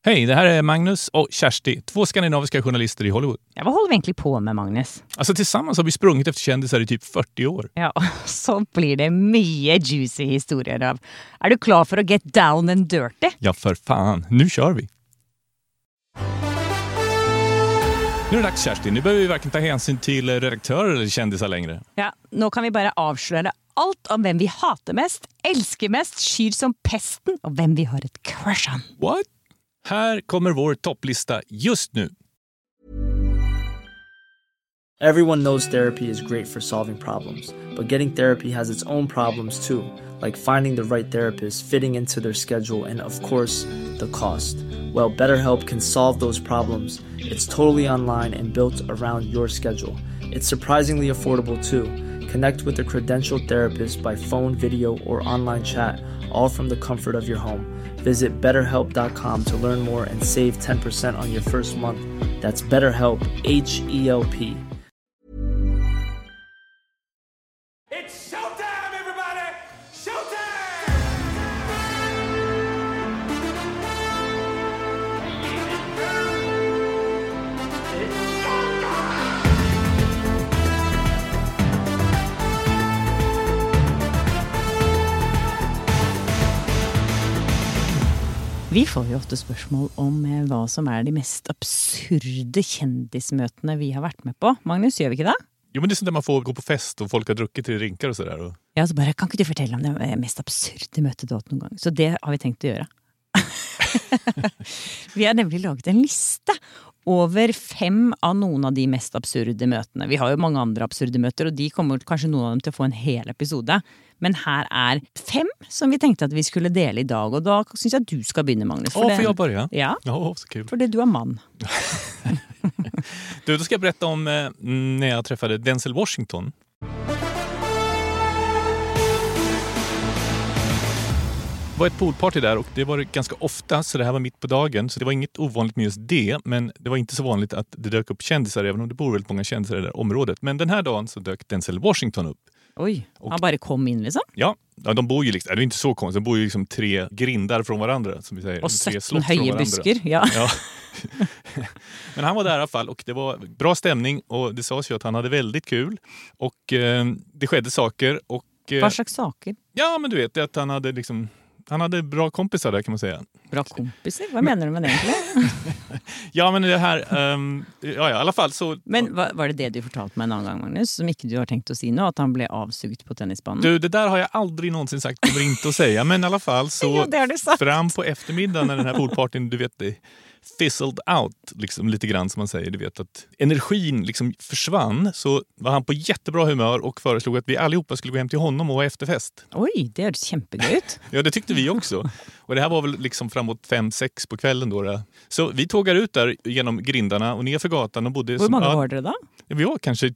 Hej, det här är Magnus och Kersti, 2 skandinaviska journalister i Hollywood. Ja, vad håller vi egentligen på med, Magnus? Alltså tillsammans har vi sprungit efter kändisar i typ 40 år. Ja, så blir det mycket juicy historier av. Är du klar för att get down and dirty? Ja, för fan. Nu kör vi. Nu är det dags, Kersti. Nu behöver vi varken ta hänsyn till redaktörer eller kändisar längre. Ja, nu kan vi bara avslöja allt om vem vi hatar mest, älskar mest, skyr som pesten och vem vi har ett crush on. What? Här kommer vår topplista just nu. Everyone knows therapy is great for solving problems, but getting therapy has its own problems too, like finding the right therapist, fitting into their schedule, and of course, the cost. Well, BetterHelp can solve those problems. It's totally online and built around your schedule. It's surprisingly affordable too. Connect with a credentialed therapist by phone, video, or online chat, all from the comfort of your home. Visit BetterHelp.com to learn more and save 10% on your first month. That's BetterHelp, H-E-L-P. It's showtime, everybody! Showtime! Vi får ju ofta spørsmål om vad som är de mest absurde kändismötena vi har varit med på. Magnus, gör vi inte det? Jo, men det är sånt där man får gå på fest och folk har druckit till drinkar och sådär. Ja, så bara, kan inte du fortälla om det mest absurde mötet du har haft någon gång? Så det har vi tänkt att göra. Vi har nämligen lagat en lista över 5 av någon av de mest absurde mötena. Vi har ju många andra absurde möten och de kommer kanske någon av dem till att få en hel episode. Men här är 5 som vi tänkte att vi skulle dela idag. Och då syns jag att du ska börja, Magnus. Får jag börja? Ja, Så kul. för det du är man. Då ska jag berätta om när jag träffade Denzel Washington. Det var ett poolparty där och det var ganska ofta, så det här var mitt på dagen, så det var inget ovanligt med just det, men det var inte så vanligt att det dök upp kändisar, även om det bor väldigt många kändisar i det där området. Men den här dagen så dök Denzel Washington upp. Oj, han bara kom in liksom. Ja, de bor ju liksom, det är inte så konstigt, de bor ju liksom 3 grindar från varandra, som vi säger. Och 3 17 höjebusker, ja. Men han var där i alla fall och det var bra stämning och det sades ju att han hade väldigt kul och det skedde saker. Och vad slags saker? Ja, men du vet att han hade bra kompisar där, kan man säga. Bra kompisar? Vad menar du med det egentligen? Ja, men det här... i alla fall så... Men var det du fortalt mig en annan gång, Magnus, som inte du har tänkt att säga nu, att han blev avsugt på tennisbanan? Du, det där har jag aldrig någonsin sagt, kommer inte att säga. Men i alla fall så fram på eftermiddagen när den här poolpartyn, du vet det, fizzled out, liksom lite grann som man säger. Du vet att energin liksom försvann, så var han på jättebra humör och föreslog att vi allihopa skulle gå hem till honom och ha efterfest. Oj, det är kämpegött. Ja, det tyckte vi också. Och det här var väl liksom framåt 5-6 på kvällen då. Så vi tågar ut där genom grindarna och ner för gatan och bodde... Hur många var det då? Vi var kanske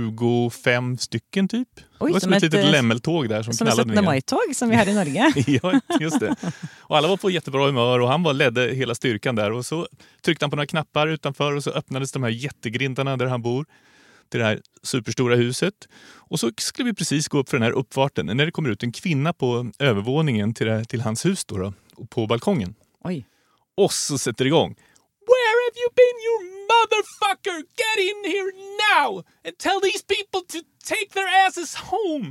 25 stycken typ. Oj, det var som ett litet lämmeltåg där som knallade ner. Som ett majtåg som vi har i Norge. Ja, just det. Och alla var på jättebra humör och han ledde hela styrkan där. Och så tryckte han på några knappar utanför och så öppnades de här jättegrindarna där han bor till det här superstora huset. Och så skulle vi precis gå upp för den här uppfarten när det kommer ut en kvinna på övervåningen till hans hus då, på balkongen. Oj. Och så sätter det igång. Where have you been, you motherfucker? Get in here now and tell these people to take their asses home.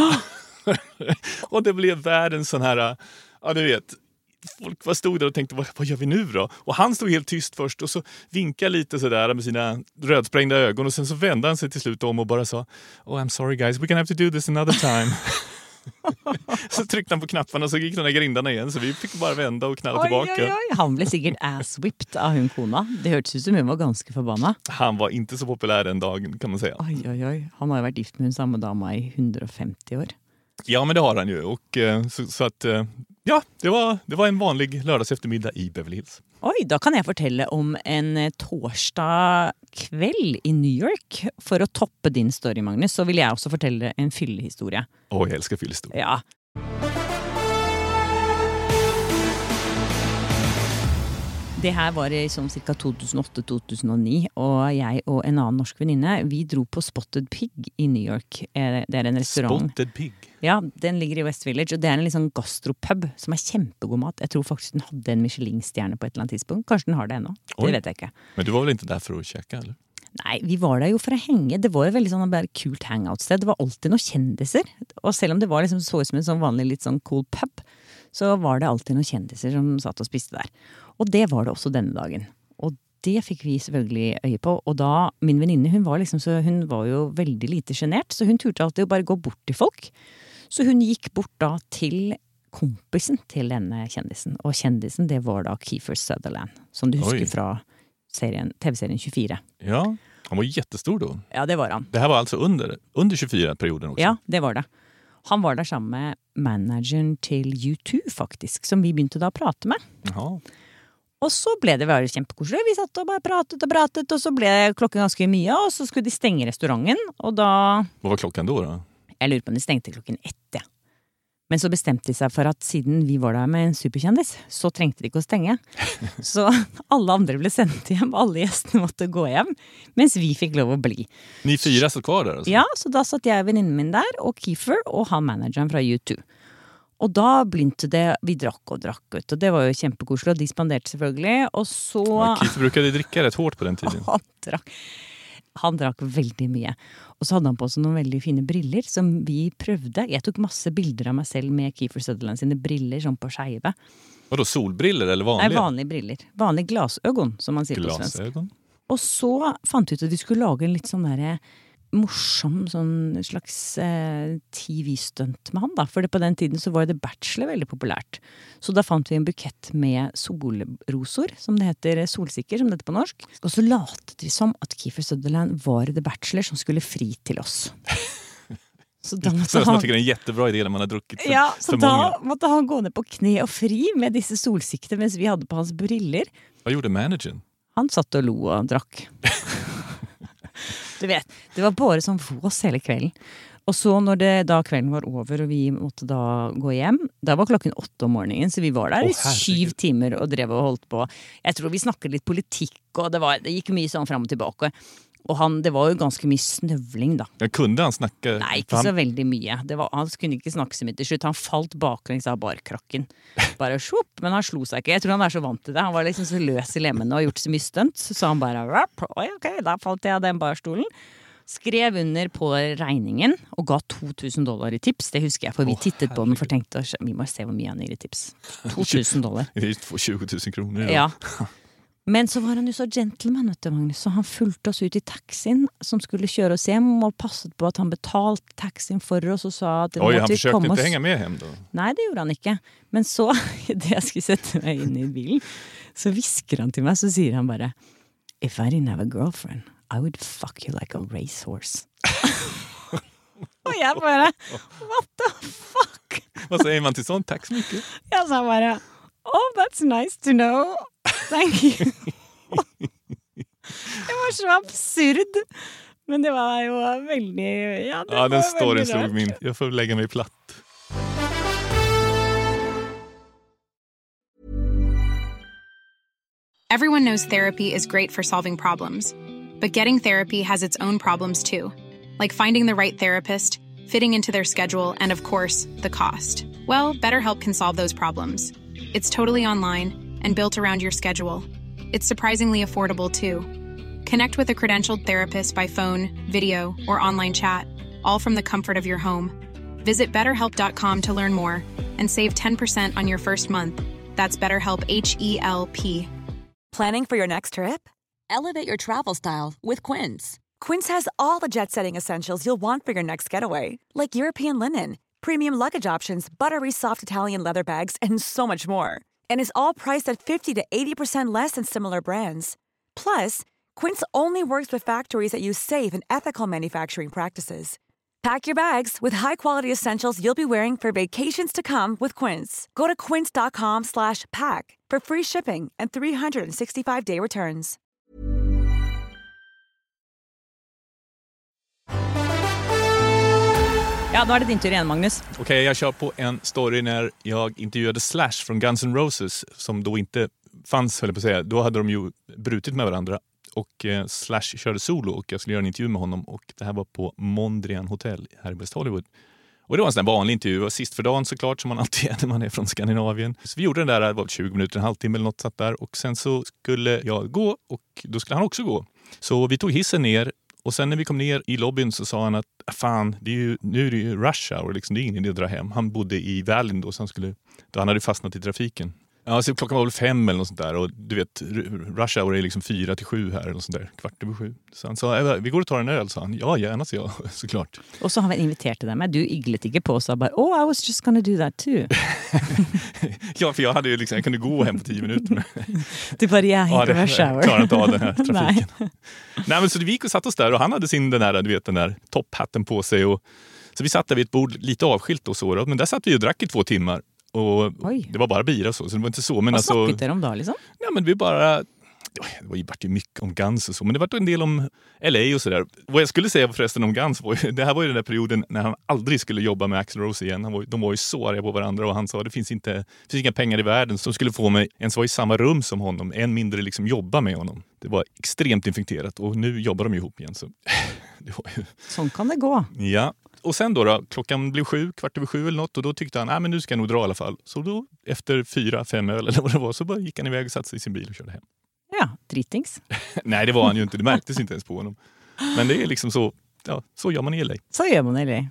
Och det blev världens sån här, ja du vet, folk var stod där och tänkte, vad gör vi nu då? Och han stod helt tyst först och så vinkade lite sådär med sina rödsprängda ögon och sen så vände han sig till slut om och bara sa, oh I'm sorry guys, we can have to do this another time. Så tryckte han på knapparna och så gick de där grindarna igen, så vi fick bara vända och knalla tillbaka. Oj. Han blev säkert ass-whipped av hun kona. Det hørtes ut som hun var ganska förbannad. Han var inte så populär den dagen, kan man säga. Oj. Han har ju varit gift med en samma dama i 150 år. Ja, men det har han ju. Och så att ja, det var en vanlig lördags eftermiddag i Beverly Hills. Oj, då kan jag fortälla om en torsdag kväll i New York. För att toppa din story, Magnus, så vill jag också fortälla en fyllehistoria. Jag älskar fyllehistoria. Ja. Det här var i som cirka 2008-2009, och jag och en annan norsk väninna, vi drog på Spotted Pig i New York. Det är en restaurang. Spotted Pig? Ja, den ligger i West Village, och det är en liksom gastropub som har kämpegod mat. Jag tror faktiskt den hade en Michelin-stjärna på ett eller annat tidspunkt. Kanske den har det ännu. Det vet jag inte. Men du var väl inte där för att käka, eller? Nej, vi var där ju för att hänga. Det var ett väldigt sån bara kult hangout-sted. Det var alltid några kändisar. Och selv om det var liksom så ut som en sån vanlig lite sån cool pub, så var det alltid några kändisar som satt och spiste där. Och det var det också denna dagen. Och det fick vi selvfølgelig øye på. Och då, min väninna, hon var ju väldigt lite genert, så hon turte alltid bara gå bort till folk. Så hon gick bort då till kompisen till denne kändisen. Och kändisen, det var då Kiefer Sutherland, som du husker från TV-serien 24. Ja, han var jättestor då. Ja, det var han. Det här var alltså under 24-perioden också? Ja, det var det. Han var där sammen med managern till U2 faktiskt, som vi begynte då att prata med. Jaha. Och så blev det väldigt kämpekoselig. Vi satt och bara pratet och så blev klockan ganska mycket, och så skulle de stänga restaurangen, och då... Vad var klockan då? Jag lurer på om de stängde klockan 1. Ja. Men så bestämde de sig för att siden vi var där med en superkändis, så trängte de inte att stänga. Så alla andra blev sendt hem, alla gästerna måste gå hem, medan vi fick lov att bli. Ni 4 satt kvar där alltså? Ja, så då satt jag väninnen min där, och Kiefer och han managern från U2. Och då blinte det, vi drack ut, och det var ju kämpekoselig, och de spanderade selvfølgelig, och så... Ja, Kiefer brukade dricka rätt hårt på den tiden. Han drack väldigt mycket. Och så hade han på sig några väldigt fina briller som vi prövde. Jag tog massa bilder av mig själv med Kiefer Sutherland sina briller som på skiva. Vadå, solbriller eller vanliga? Nej, vanliga briller. Vanliga glasögon, som man säger på svenska. Och så fann vi ut att vi skulle laga en lite sån där morsom sån slags TV-stunt med han då. För det på den tiden så var det Bachelor väldigt populärt. Så då fann vi en bukett med solrosor, som det heter, solsikker som det heter på norsk. Och så latade vi som att Kiefer Sutherland var The Bachelor som skulle fri till oss. Så då måste man tycker det är en jättebra idé när man har druckit för, ja, så för då många. Måste han gå ner på knä och fri med dessa solsikter medan vi hade på hans briller. Vad gjorde managern? Han satt och lo och drack. Du vet, det var bara som vås hela kvällen. Och så när det då kvällen var över och vi måste då gå hem, då var klockan 8 om morgonen, så vi var där i 7 timmar och drev och hållt på. Jag tror vi snackade lite politik, och det gick mycket sån fram och tillbaka. Och det var ju ganska mycket snövling då. Jag kunde han snacka? Nej, inte så väldigt mycket. Han kunde inte snacka så mycket. Till slut han fallt baklänges av barkracken. Bara sjopp, men han slog sig inte. Jag tror han är så vant till det. Han var liksom så lös i lemmen och har gjort så mycket stunt. Så han bara, okej, då fallt jag av den barstolen. Skrev under på räkningen och gav $2,000 i tips. Det husker jag, för vi tittade på den och tänkte att vi måste se vad mycket han ger i tips. $2,000. Det är 20 000 kronor. Ja. Men så var han ju så gentleman, vet du, Magnus, så han följde oss ut i taxin som skulle köra oss hem, och passade på att han betalt taxin för oss och sa att han försökte inte hänga med hem då? Nej, det gjorde han inte. Men så, det jag skulle sätta mig in i bilen, så viskar han till mig, så säger han bara, if I didn't have a girlfriend, I would fuck you like a racehorse. Och jag bara, what the fuck? Vad säger man till sånt? Tack så mycket. Jag sa bara, oh, that's nice to know. Thank you. Det var så absurd. Men det var ju väldigt... Ja, den storyn slog min. Jag får lägga mig platt. Everyone knows therapy is great for solving problems. But getting therapy has its own problems too. Like finding the right therapist, fitting into their schedule, and of course, the cost. Well, BetterHelp can solve those problems. It's totally online and built around your schedule. It's surprisingly affordable, too. Connect with a credentialed therapist by phone, video, or online chat, all from the comfort of your home. Visit BetterHelp.com to learn more and save 10% on your first month. That's BetterHelp, H-E-L-P. Planning for your next trip? Elevate your travel style with Quince. Quince has all the jet-setting essentials you'll want for your next getaway, like European linen, premium luggage options, buttery soft Italian leather bags, and so much more. And is all priced at 50 to 80% less than similar brands. Plus, Quince only works with factories that use safe and ethical manufacturing practices. Pack your bags with high-quality essentials you'll be wearing for vacations to come with Quince. Go to quince.com/pack for free shipping and 365-day returns. Ja, då är det din tur igen, Magnus. Okej, jag kör på en story när jag intervjuade Slash från Guns N' Roses, som då inte fanns, höll jag på att säga, då hade de ju brutit med varandra. Och Slash körde solo och jag skulle göra en intervju med honom. Och det här var på Mondrian Hotel här i West Hollywood. Och det var en sån där vanlig intervju. Sist för dagen såklart, som man alltid är när man är från Skandinavien. Så vi gjorde den där, det var 20 minuter, en halvtimme eller något satt där. Och sen så skulle jag gå och då skulle han också gå. Så vi tog hissen ner. Och sen när vi kom ner i lobbyn så sa han att fan, nu är det ju rush hour, liksom, det är ingen idé att dra hem. Han bodde i Valley då, så han hade fastnat i trafiken. Ja, så klockan var väl 5 eller något sånt där. Och du vet, rush hour är liksom 4 till 7 här eller något sånt där. 6:15. Så han sa, vi går och tar en öl, sa han. Ja, gärna, så jag, såklart. Och så har vi inviterat dig med. Du iglet inte på och sa bara, I was just gonna do that too. Ja, för jag hade ju liksom, jag kunde gå hem på 10 minuter. Du bara, jag rush hour. Jag klarar inte av den här trafiken. Nej, men så vi gick och satt oss där och han hade den där topphatten på sig. Och, så vi satt där vid ett bord lite avskilt och så. Men där satt vi och drack i 2 timmar. Och det var bara bira och så det var inte så. Men vad snackade de då liksom? Ja, men vi bara... Det var ju mycket om Guns och så, men det var en del om LA och sådär. Vad jag skulle säga förresten om Guns var ju, det här var ju den där perioden när han aldrig skulle jobba med Axl Rose igen. De var ju så arga på varandra och han sa att det finns inga pengar i världen som skulle få mig ens vara i samma rum som honom, än mindre liksom jobba med honom. Det var extremt infekterat och nu jobbar de ihop igen. Så det var ju... Sånt kan det gå. Ja. Och sen då, klockan blev 7:15 eller något och då tyckte han, men nu ska jag nog dra i alla fall. Så då, efter 4-5 öl eller vad det var, så bara gick han iväg och satte sig i sin bil och körde hem. Ja, dritings. Nej, det var han ju inte. Det märktes inte ens på honom. Men det är liksom så, ja, så gör man i LA. Så gör man i LA.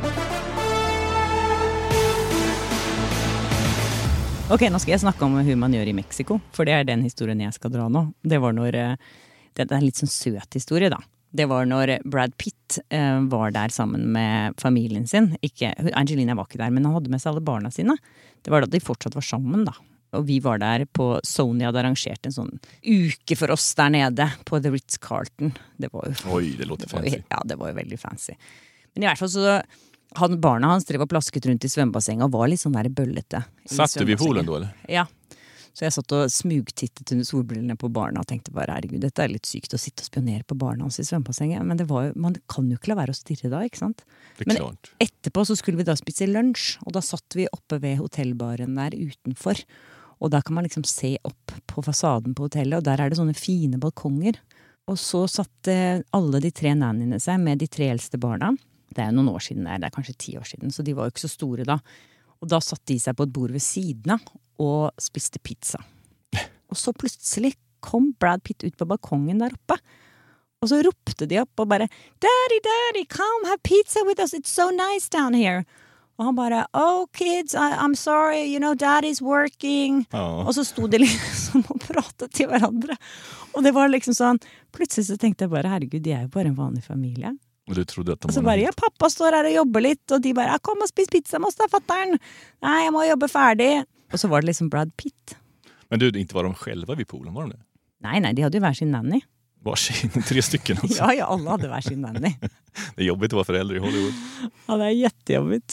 Okej, nu ska jag snacka om hur man gör i Mexiko. För det är den historien jag ska dra nu. Det var när, det är en lite sån söt historia då. Det var när Brad Pitt var där sammen med familjen sin. Angelina var inte där, men han hade med sig alla barnen sina. Det var då de fortsatt var sammen då. Och vi var där på Sony hade arrangerat en sån uke för oss där nere på The Ritz-Carlton. Det var ju, oj, det låter fancy. Ja, det var ju väldigt fancy. Men i alla fall så hade barnen hans drev och plasket runt i svömbassängen och var lite sån där böllete. Satt du vid poolen då eller? Ja. Så jag satt och smugtittade under solbrillorna på barnen och tänkte bara, herregud, detta är lite sykt att sitta och spionera på barnen hans i svömbassängen. Men det var ju, man kan ju inte la vara och stirra då, inte sant? Det är men klart. Etterpå så skulle vi då spise lunch och då satt vi uppe vid hotellbaren där utanför. Och där kan man liksom se upp på fasaden på hotellet och där är det såna fina balkonger. Och så satt alla de 3 nannyene sig med de 3 äldste barnen. Det är någon år sedan, det är kanske 10 år sedan, så de var ju inte så stora då. Och då satt de sig på ett bord vid sidan och spiste pizza. Och så plötsligt kom Brad Pitt ut på balkongen där uppe. Och så ropte de upp och bara, Daddy, come have pizza with us, it's so nice down here. Och han bara, oh kids, I'm sorry, you know, daddy's working. Ja. Och så stod det liksom och pratade till varandra. Och det var liksom så, plötsligt så tänkte jag bara, herregud, det är ju bara en vanlig familj. Och du trodde att de och så bara, ja, pappa står här och jobbar lite. Och de bara, kom och spis pizza, måste jag fatta den. Nej, jag må jobba färdig. Och så var det liksom Brad Pitt. Men du, inte var de själva vid poolen, var de det? Nej, de hade ju varsin nanny. Varsin, 3 stycken också. Ja, alla hade varsin nanny. Det är jobbigt att vara förälder i Hollywood. Ja, det är jättejobbigt.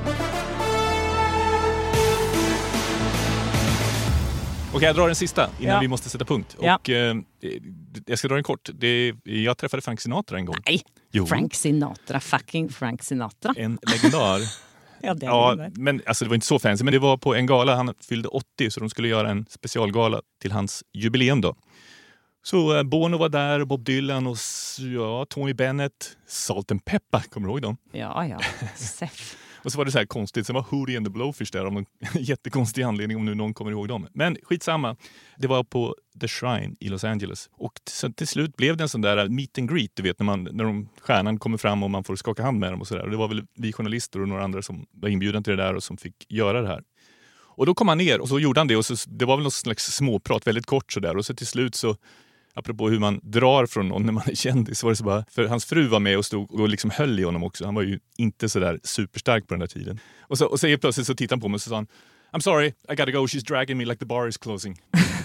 Okej, jag drar den sista innan Ja. vi måste sätta punkt. Ja. Och jag ska dra den kort. Jag träffade Frank Sinatra en gång. Nej, Jo. Frank Sinatra, fucking Frank Sinatra. En legendar. Ja, det är Ja, det. men alltså det var inte så fancy, men det var på en gala. Han fyllde 80, så de skulle göra en specialgala till hans jubileum då. Så Bono var där, Bob Dylan och Tony Bennett, Salt and Pepper, kommer du ihåg dem? Ja, Seff. Och så var det så här konstigt, sen var Hootie and the Blowfish där, om någon jättekonstig anledning, om nu någon kommer ihåg dem. Men skitsamma, det var på The Shrine i Los Angeles. Och så till slut blev det en sån där meet and greet, du vet, när stjärnan kommer fram och man får skaka hand med dem och sådär. Och det var väl vi journalister och några andra som var inbjudna till det där och som fick göra det här. Och då kom han ner och så gjorde han det och så, det var väl något slags småprat, väldigt kort sådär. Och så till slut så, apropå hur man drar från någon när man är kändis, var det så bara, för hans fru var med och stod och liksom höll i honom också. Han var ju inte så där superstark på den där tiden. Och så plötsligt så tittade han på mig och så sa han, I'm sorry, I gotta go, she's dragging me like the bar is closing.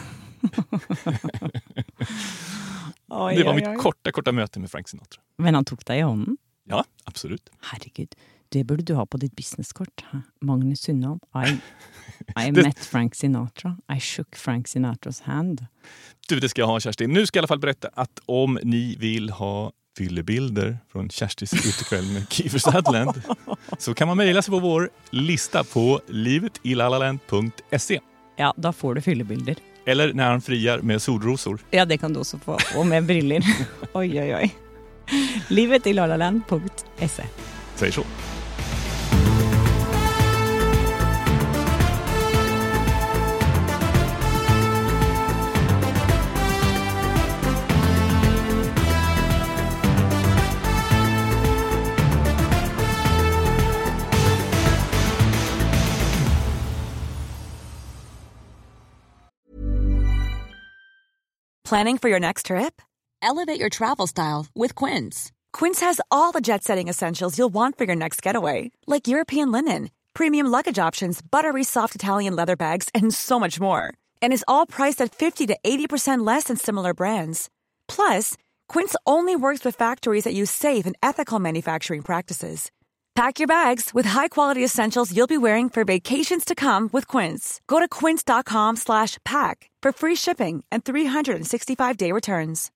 Det var mitt korta möte med Frank Sinatra. Men han tog dig i hånden? Ja, absolut. Herregud, det borde du ha på ditt businesskort. Magnus Sundholm. I met Frank Sinatra. I shook Frank Sinatras hand. Du, det ska jag ha, Kerstin. Nu ska jag i alla fall berätta att om ni vill ha fyllebilder från Kerstis utekväll med Kiefer Sutherland så kan man mejla sig på vår lista på livetilalalaland.se. Ja, då får du fyllebilder. Eller när han friar med solrosor. Ja, det kan du också få. Och med briller. Oj, oj, oj. Livet i lalaland.se. Säger så. Planning for your next trip? Elevate your travel style with Quince. Quince has all the jet-setting essentials you'll want for your next getaway, like European linen, premium luggage options, buttery soft Italian leather bags, and so much more. And is all priced at 50 to 80% less than similar brands. Plus, Quince only works with factories that use safe and ethical manufacturing practices. Pack your bags with high-quality essentials you'll be wearing for vacations to come with Quince. Go to quince.com/pack for free shipping and 365-day returns.